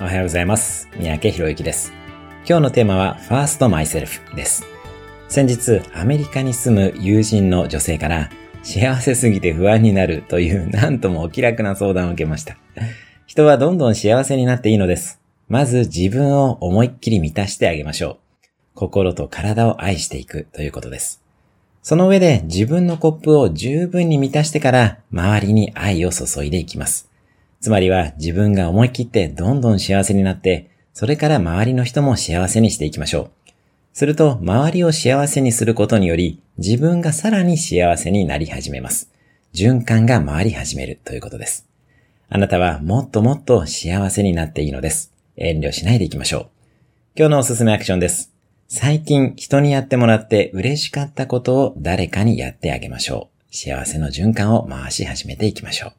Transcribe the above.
はようございます。三宅博之です。今日のテーマは First Myself です。先日、アメリカに住む友人の女性から幸せすぎて不安になるというなんともお気楽な相談を受けました。人はどんどん幸せになっていいのです。まず自分を思いっきり満たしてあげましょう。心と体を愛していくということです。その上で自分のコップを十分に満たしてから周りに愛を注いでいきます。つまりは自分が思い切ってどんどん幸せになって、それから周りの人も幸せにしていきましょう。すると周りを幸せにすることにより自分がさらに幸せになり始めます。循環が回り始めるということです。あなたはもっともっと幸せになっていいのです。遠慮しないでいきましょう。今日のおすすめアクションです。最近人にやってもらって嬉しかったことを誰かにやってあげましょう。幸せの循環を回し始めていきましょう。